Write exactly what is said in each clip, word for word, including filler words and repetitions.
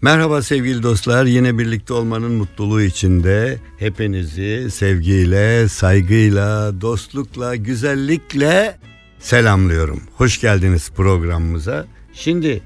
Merhaba sevgili dostlar, yine birlikte olmanın mutluluğu içinde hepinizi sevgiyle, saygıyla, dostlukla, güzellikle selamlıyorum. Hoş geldiniz programımıza. Şimdi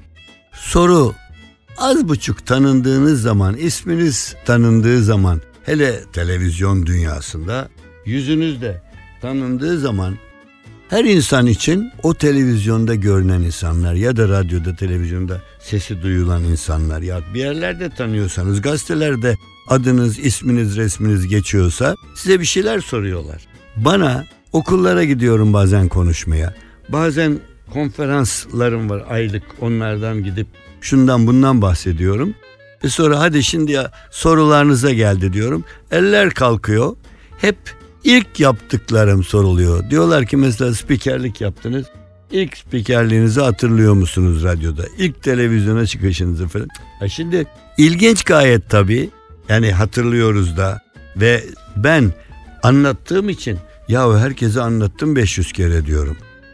soru, az buçuk tanındığınız zaman, isminiz tanındığı zaman, hele televizyon dünyasında yüzünüz de tanındığı zaman, her insan için o televizyonda görünen insanlar ya da radyoda, televizyonda sesi duyulan insanlar ya bir yerlerde tanıyorsanız, gazetelerde adınız, isminiz, resminiz geçiyorsa size bir şeyler soruyorlar. Bana okullara gidiyorum bazen konuşmaya. Bazen konferanslarım var aylık, onlardan gidip şundan bundan bahsediyorum. E sonra hadi şimdi ya sorularınıza geldi diyorum. Eller kalkıyor. Hep İlk yaptıklarım soruluyor. Diyorlar ki mesela spikerlik yaptınız. İlk spikerliğinizi hatırlıyor musunuz radyoda? İlk televizyona çıkışınızı falan. Ha şimdi ilginç gayet tabii. Yani hatırlıyoruz da. Ve ben anlattığım için ya herkese anlattım beş yüz kere diyorum.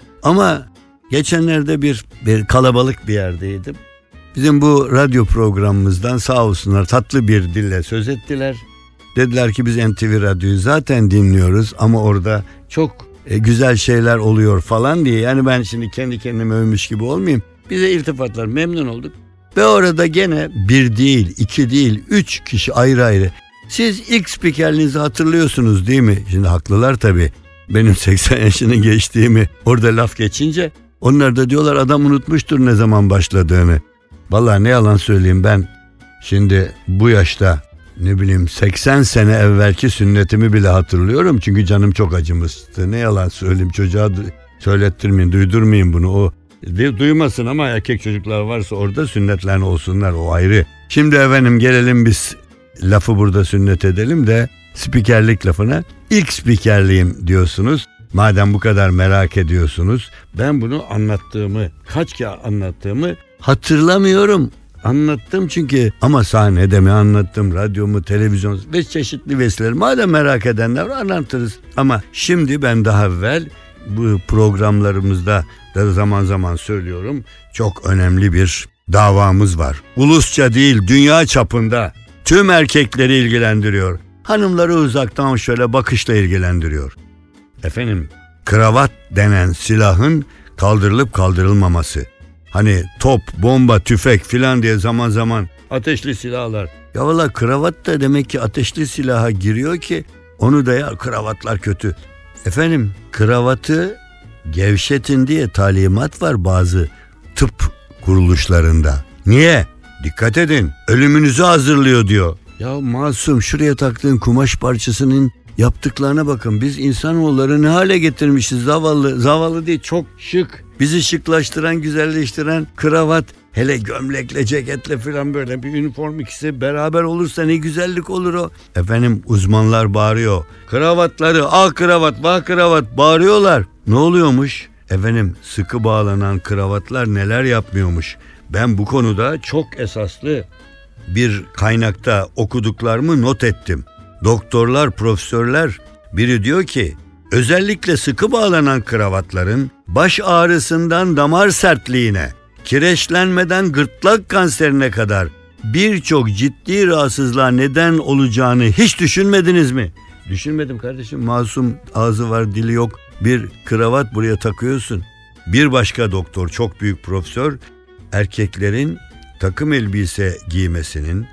Ama geçenlerde bir, bir kalabalık bir yerdeydim. Bizim bu radyo programımızdan sağ olsunlar tatlı bir dille söz ettiler. Dediler ki biz N T V Radyo'yu zaten dinliyoruz ama orada çok e, güzel şeyler oluyor falan diye. Yani ben şimdi kendi kendime övmüş gibi olmayayım. Bize iltifatlar, memnun olduk. Ve orada gene bir değil, iki değil, üç kişi ayrı ayrı. Siz ilk spikerliğinizi hatırlıyorsunuz değil mi? Şimdi haklılar tabii. Benim seksen yaşını geçtiğimi orada laf geçince onlar da diyorlar adam unutmuştur ne zaman başladığını. Vallahi ne yalan söyleyeyim, ben şimdi bu yaşta ne bileyim seksen sene evvelki sünnetimi bile hatırlıyorum. Çünkü canım çok acımıştı. Ne yalan söyleyeyim, çocuğa söylettirmeyin, duydurmayın bunu. O duymasın ama erkek çocuklar varsa orada sünnetlerini olsunlar, o ayrı. Şimdi efendim gelelim biz lafı burada sünnet edelim de spikerlik lafına. İlk spikerliğim diyorsunuz. Madem bu kadar merak ediyorsunuz, ben bunu anlattığımı, kaç kere anlattığımı hatırlamıyorum. Anlattım çünkü ama sahnede mi anlattım, radyo mu, televizyon ve çeşitli vesileler. Madem merak edenler anlatırız. Ama şimdi ben daha evvel bu programlarımızda da zaman zaman söylüyorum, çok önemli bir davamız var. Ulusça değil, dünya çapında tüm erkekleri ilgilendiriyor. Hanımları uzaktan şöyle bakışla ilgilendiriyor. Efendim, kravat denen silahın kaldırılıp kaldırılmaması. Hani top, bomba, tüfek filan diye zaman zaman ateşli silahlar. Ya valla kravat da demek ki ateşli silaha giriyor ki onu da ya kravatlar kötü. Efendim kravatı gevşetin diye talimat var bazı tıp kuruluşlarında. Niye? Dikkat edin, ölümünüzü hazırlıyor diyor. Ya masum, şuraya taktığın kumaş parçasının yaptıklarına bakın. Biz insanoğulları ne hale getirmişiz, zavallı, zavallı değil çok şık. Bizi şıklaştıran, güzelleştiren kravat, hele gömlekle, ceketle falan böyle bir üniform ikisi beraber olursa ne güzellik olur o. Efendim uzmanlar bağırıyor. Kravatları, ah kravat, vah kravat bağırıyorlar. Ne oluyormuş? Efendim sıkı bağlanan kravatlar neler yapmıyormuş. Ben bu konuda çok esaslı bir kaynakta okuduklarımı not ettim. Doktorlar, profesörler, biri diyor ki özellikle sıkı bağlanan kravatların baş ağrısından damar sertliğine, kireçlenmeden gırtlak kanserine kadar birçok ciddi rahatsızlığa neden olacağını hiç düşünmediniz mi? Düşünmedim kardeşim, masum, ağzı var dili yok bir kravat buraya takıyorsun. Bir başka doktor, çok büyük profesör, erkeklerin takım elbise giymesinin,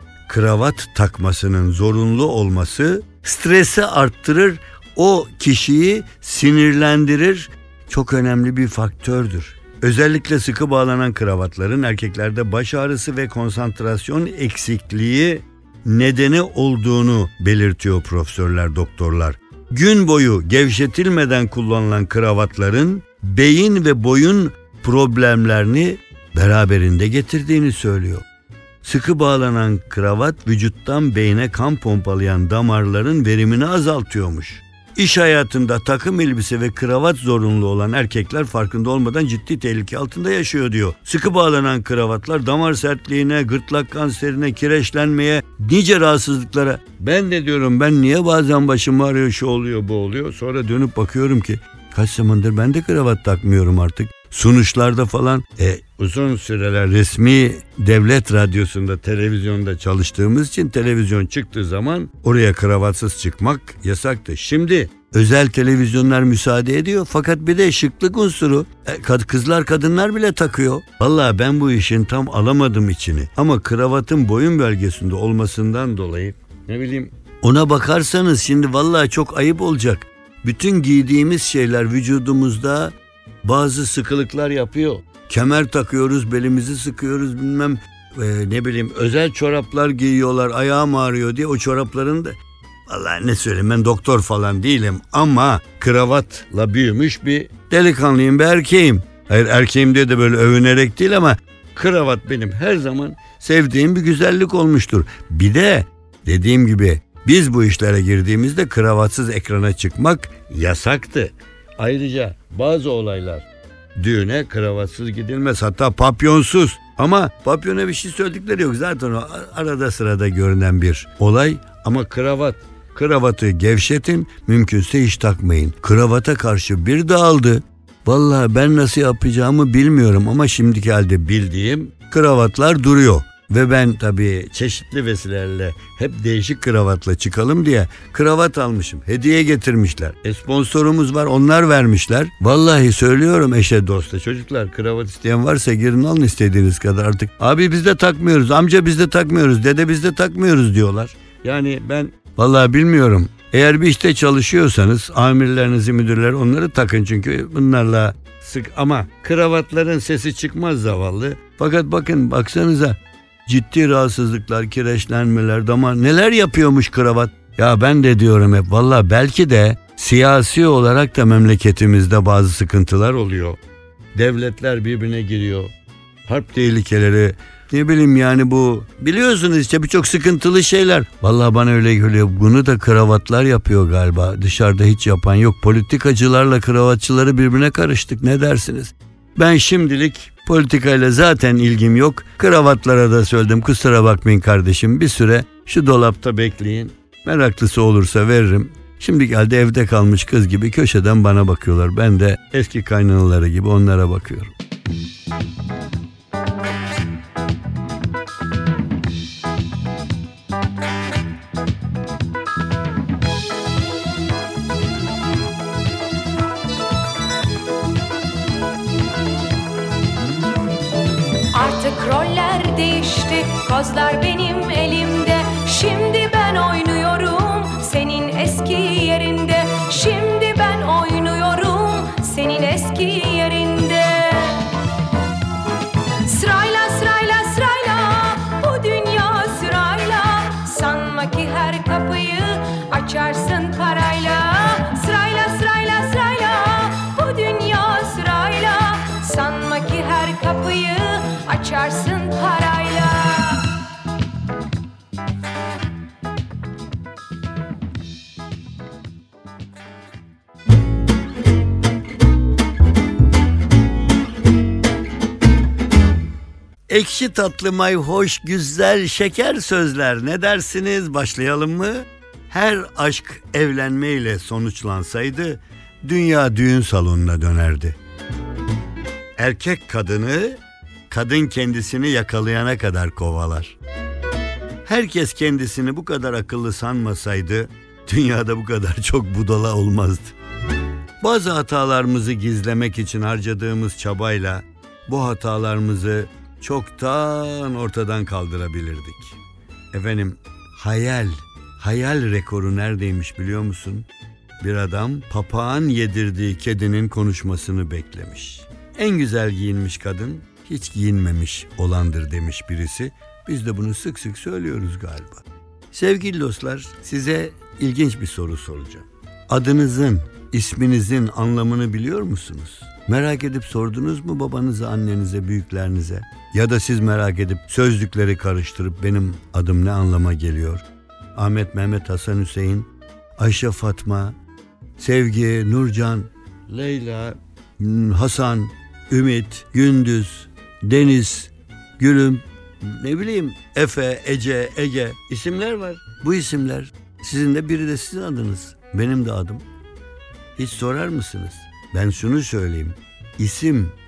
kravat takmasının zorunlu olması stresi arttırır, o kişiyi sinirlendirir, çok önemli bir faktördür. Özellikle sıkı bağlanan kravatların erkeklerde baş ağrısı ve konsantrasyon eksikliği nedeni olduğunu belirtiyor profesörler, doktorlar. Gün boyu gevşetilmeden kullanılan kravatların beyin ve boyun problemlerini beraberinde getirdiğini söylüyor. Sıkı bağlanan kravat vücuttan beyne kan pompalayan damarların verimini azaltıyormuş. İş hayatında takım elbise ve kravat zorunlu olan erkekler farkında olmadan ciddi tehlike altında yaşıyor diyor. Sıkı bağlanan kravatlar damar sertliğine, gırtlak kanserine, kireçlenmeye, nice rahatsızlıklara. Ben de diyorum, ben niye bazen başım ağrıyor, şu oluyor, bu oluyor. Sonra dönüp bakıyorum ki kaç zamandır ben de kravat takmıyorum artık. sunuşlarda falan e, uzun süreler resmi devlet radyosunda, televizyonda çalıştığımız için televizyon çıktığı zaman oraya kravatsız çıkmak yasaktı. Şimdi özel televizyonlar müsaade ediyor fakat bir de şıklık unsuru. E, kızlar kadınlar bile takıyor. Vallahi ben bu işin tam alamadım içini. Ama kravatın boyun bölgesinde olmasından dolayı ne bileyim ona bakarsanız şimdi vallahi çok ayıp olacak. Bütün giydiğimiz şeyler vücudumuzda bazı sıkılıklar yapıyor. Kemer takıyoruz, belimizi sıkıyoruz bilmem e, ne bileyim özel çoraplar giyiyorlar, ayağım ağrıyor diye o çorapların da vallahi ne söyleyeyim ben doktor falan değilim ama kravatla büyümüş bir delikanlıyım, bir erkeğim. Hayır erkeğim diye de böyle övünerek değil ama kravat benim her zaman sevdiğim bir güzellik olmuştur. Bir de dediğim gibi biz bu işlere girdiğimizde kravatsız ekrana çıkmak yasaktı. Ayrıca bazı olaylar düğüne kravatsız gidilmez, hatta papyonsuz. Ama papyona bir şey söyledikleri yok. Zaten o arada sırada görünen bir olay. Ama kravat, kravatı gevşetin, mümkünse hiç takmayın. Kravata karşı bir dağıldı. Vallahi ben nasıl yapacağımı bilmiyorum ama şimdiki halde bildiğim kravatlar duruyor. Ve ben tabii çeşitli vesilelerle hep değişik kravatla çıkalım diye kravat almışım. Hediye getirmişler. E sponsorumuz var, onlar vermişler. Vallahi söylüyorum eşe dosta, çocuklar kravat isteyen varsa girin alın istediğiniz kadar artık. Abi biz de takmıyoruz, amca biz de takmıyoruz, dede biz de takmıyoruz diyorlar. Yani ben vallahi bilmiyorum. Eğer bir işte çalışıyorsanız amirlerinizi, müdürler onları takın çünkü bunlarla sık ama kravatların sesi çıkmaz zavallı. Fakat bakın baksanıza ciddi rahatsızlıklar, kireçlenmeler, damar neler yapıyormuş kravat. Ya ben de diyorum hep vallahi belki de siyasi olarak da memleketimizde bazı sıkıntılar oluyor. Devletler birbirine giriyor. Harp tehlikeleri, ne bileyim yani bu biliyorsunuz işte birçok sıkıntılı şeyler. Vallahi bana öyle geliyor. Bunu da kravatlar yapıyor galiba. Dışarıda hiç yapan yok. Politikacılarla kravatçıları birbirine karıştık. Ne dersiniz? Ben şimdilik politikayla zaten ilgim yok. Kravatlara da söyledim. Kusura bakmayın kardeşim. Bir süre şu dolapta bekleyin. Meraklısı olursa veririm. Şimdi geldi evde kalmış kız gibi köşeden bana bakıyorlar. Ben de eski kaynanaları gibi onlara bakıyorum. Artık roller değişti, kozlar benim elimde. Şimdi ben oynuyorum senin eski yerinde. Şimdi ben oynuyorum senin eski yerinde. Sırayla sırayla sırayla bu dünya sırayla. Sanma ki her kapıyı açarsın parayla. Sırayla sırayla sırayla bu dünya sırayla. Sanma ki her kapıyı açarsın parayla. Ekşi tatlı may hoş güzel şeker sözler, ne dersiniz, başlayalım mı? Her aşk evlenmeyle sonuçlansaydı dünya düğün salonuna dönerdi. Erkek kadını, kadın kendisini yakalayana kadar kovalar. Herkes kendisini bu kadar akıllı sanmasaydı dünyada bu kadar çok budala olmazdı. Bazı hatalarımızı gizlemek için harcadığımız çabayla bu hatalarımızı çoktan ortadan kaldırabilirdik. Efendim, hayal, hayal rekoru neredeymiş biliyor musun? Bir adam papağan yedirdiği kedinin konuşmasını beklemiş. En güzel giyinmiş kadın hiç giyinmemiş olandır demiş birisi. Biz de bunu sık sık söylüyoruz galiba. Sevgili dostlar, size ilginç bir soru soracağım. Adınızın, isminizin anlamını biliyor musunuz? Merak edip sordunuz mu babanıza, annenize, büyüklerinize? Ya da siz merak edip sözlükleri karıştırıp benim adım ne anlama geliyor? Ahmet, Mehmet, Hasan, Hüseyin, Ayşe, Fatma, Sevgi, Nurcan, Leyla, Hasan, Ümit, Gündüz, Deniz, Gülüm, ne bileyim Efe, Ece, Ege isimler var. Bu isimler sizin de biri de sizin adınız. Benim de adım. Hiç sorar mısınız? Ben şunu söyleyeyim. İsim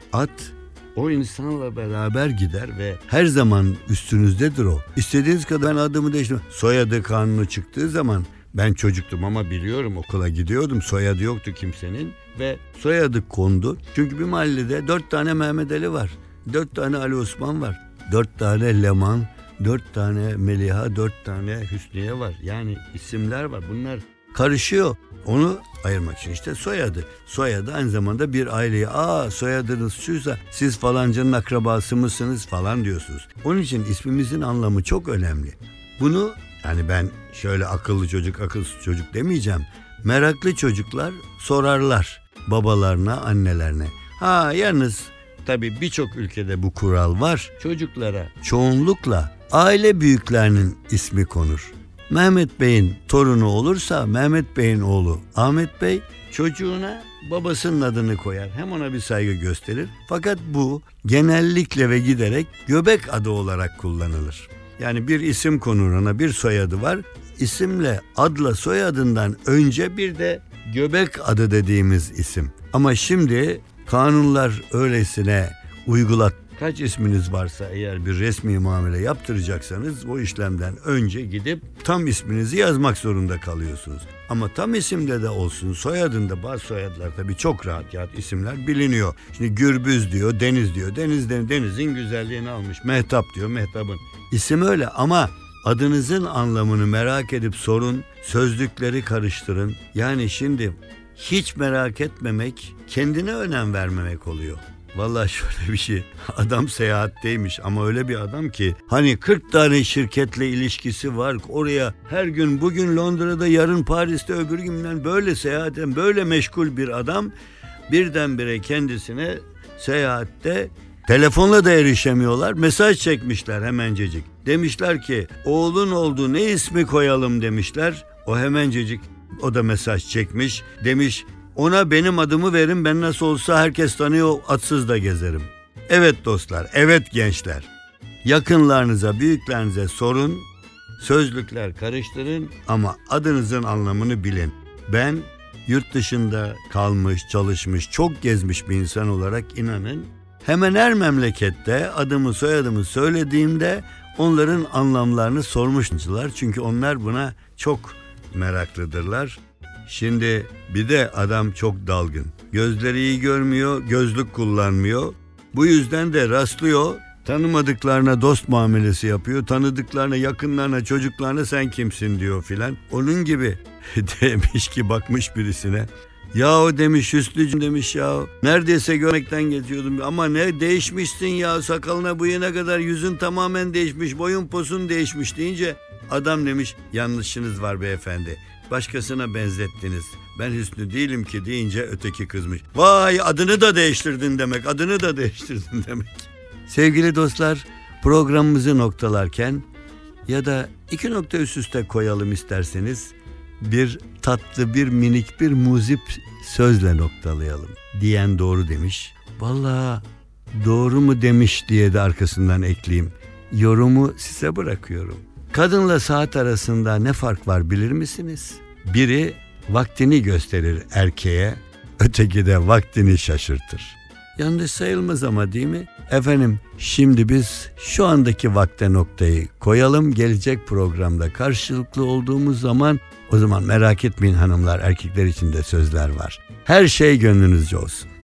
At o insanla beraber gider ve her zaman üstünüzdedir o. İstediğiniz kadar ben adımı değiştirdim. Soyadı kanunu çıktığı zaman ben çocuktum ama biliyorum, okula gidiyordum. Soyadı yoktu kimsenin ve soyadı kondu. Çünkü bir mahallede dört tane Mehmet Ali var. Dört tane Ali Osman var. Dört tane Leman, dört tane Meliha, dört tane Hüsniye var. Yani isimler var. Bunlar karışıyor. Onu ayırmak için işte soyadı. Soyadı aynı zamanda bir aileyi, aa soyadınız şuysa siz falancanın akrabası mısınız falan diyorsunuz. Onun için ismimizin anlamı çok önemli. Bunu yani ben şöyle akıllı çocuk, akılsız çocuk demeyeceğim. Meraklı çocuklar sorarlar babalarına, annelerine. Ha yalnız tabii birçok ülkede bu kural var. Çocuklara çoğunlukla aile büyüklerinin ismi konur. Mehmet Bey'in torunu olursa Mehmet Bey'in oğlu Ahmet Bey çocuğuna babasının adını koyar. Hem ona bir saygı gösterir. Fakat bu genellikle ve giderek göbek adı olarak kullanılır. Yani bir isim konur ona, bir soyadı var. İsimle, adla, soyadından önce bir de göbek adı dediğimiz isim. Ama şimdi kanunlar öylesine uygulat. Kaç isminiz varsa eğer bir resmi muamele yaptıracaksanız o işlemden önce gidip tam isminizi yazmak zorunda kalıyorsunuz. Ama tam isimde de olsun, soyadında bazı soyadlar tabii çok rahat ya isimler biliniyor. Şimdi Gürbüz diyor, Deniz diyor. Denizden denizin güzelliğini almış. Mehtap diyor, Mehtap'ın. İsim öyle ama adınızın anlamını merak edip sorun, sözlükleri karıştırın. Yani şimdi hiç merak etmemek, kendine önem vermemek oluyor. Vallahi şöyle bir şey, adam seyahatteymiş ama öyle bir adam ki hani kırk tane şirketle ilişkisi var, oraya her gün bugün Londra'da, yarın Paris'te, öbür gün böyle seyahatten böyle meşgul bir adam birdenbire kendisine seyahatte telefonla da erişemiyorlar, mesaj çekmişler hemencecik. Demişler ki oğlun oldu, ne ismi koyalım demişler. O hemencecik o da mesaj çekmiş, demiş ona benim adımı verin, ben nasıl olsa herkes tanıyor, atsız da gezerim. Evet dostlar, evet gençler. Yakınlarınıza, büyüklerinize sorun, sözlükler karıştırın ama adınızın anlamını bilin. Ben yurt dışında kalmış, çalışmış, çok gezmiş bir insan olarak inanın, hemen her memlekette adımı soyadımı söylediğimde onların anlamlarını sormuşlar. Çünkü onlar buna çok meraklıdırlar. Şimdi bir de adam çok dalgın. Gözleri iyi görmüyor, gözlük kullanmıyor. Bu yüzden de rastlıyor. Tanımadıklarına dost muamelesi yapıyor. Tanıdıklarına, yakınlarına, çocuklarına sen kimsin diyor filan. Onun gibi demiş ki bakmış birisine. Ya o demiş, Hüsnücüm demiş ya. Neredeyse görmekten geçiyordum ama ne değişmişsin ya, sakalına bıyığına kadar yüzün tamamen değişmiş, boyun posun değişmiş deyince adam demiş yanlışınız var beyefendi. Başkasına benzettiniz. Ben Hüsnü değilim ki deyince öteki kızmış. Vay adını da değiştirdin demek, adını da değiştirdin demek. Sevgili dostlar, programımızı noktalarken ya da iki nokta üst üste koyalım isterseniz bir tatlı, bir minik, bir muzip sözle noktalayalım. Diyen doğru demiş. Vallahi doğru mu demiş diye de arkasından ekleyeyim. Yorumu size bırakıyorum. Kadınla saat arasında ne fark var bilir misiniz? Biri vaktini gösterir erkeğe, öteki de vaktini şaşırtır. Yanlış sayılmaz ama değil mi? Efendim şimdi biz şu andaki vakte noktayı koyalım. Gelecek programda karşılıklı olduğumuz zaman o zaman merak etmeyin hanımlar, erkekler için de sözler var. Her şey gönlünüzce olsun.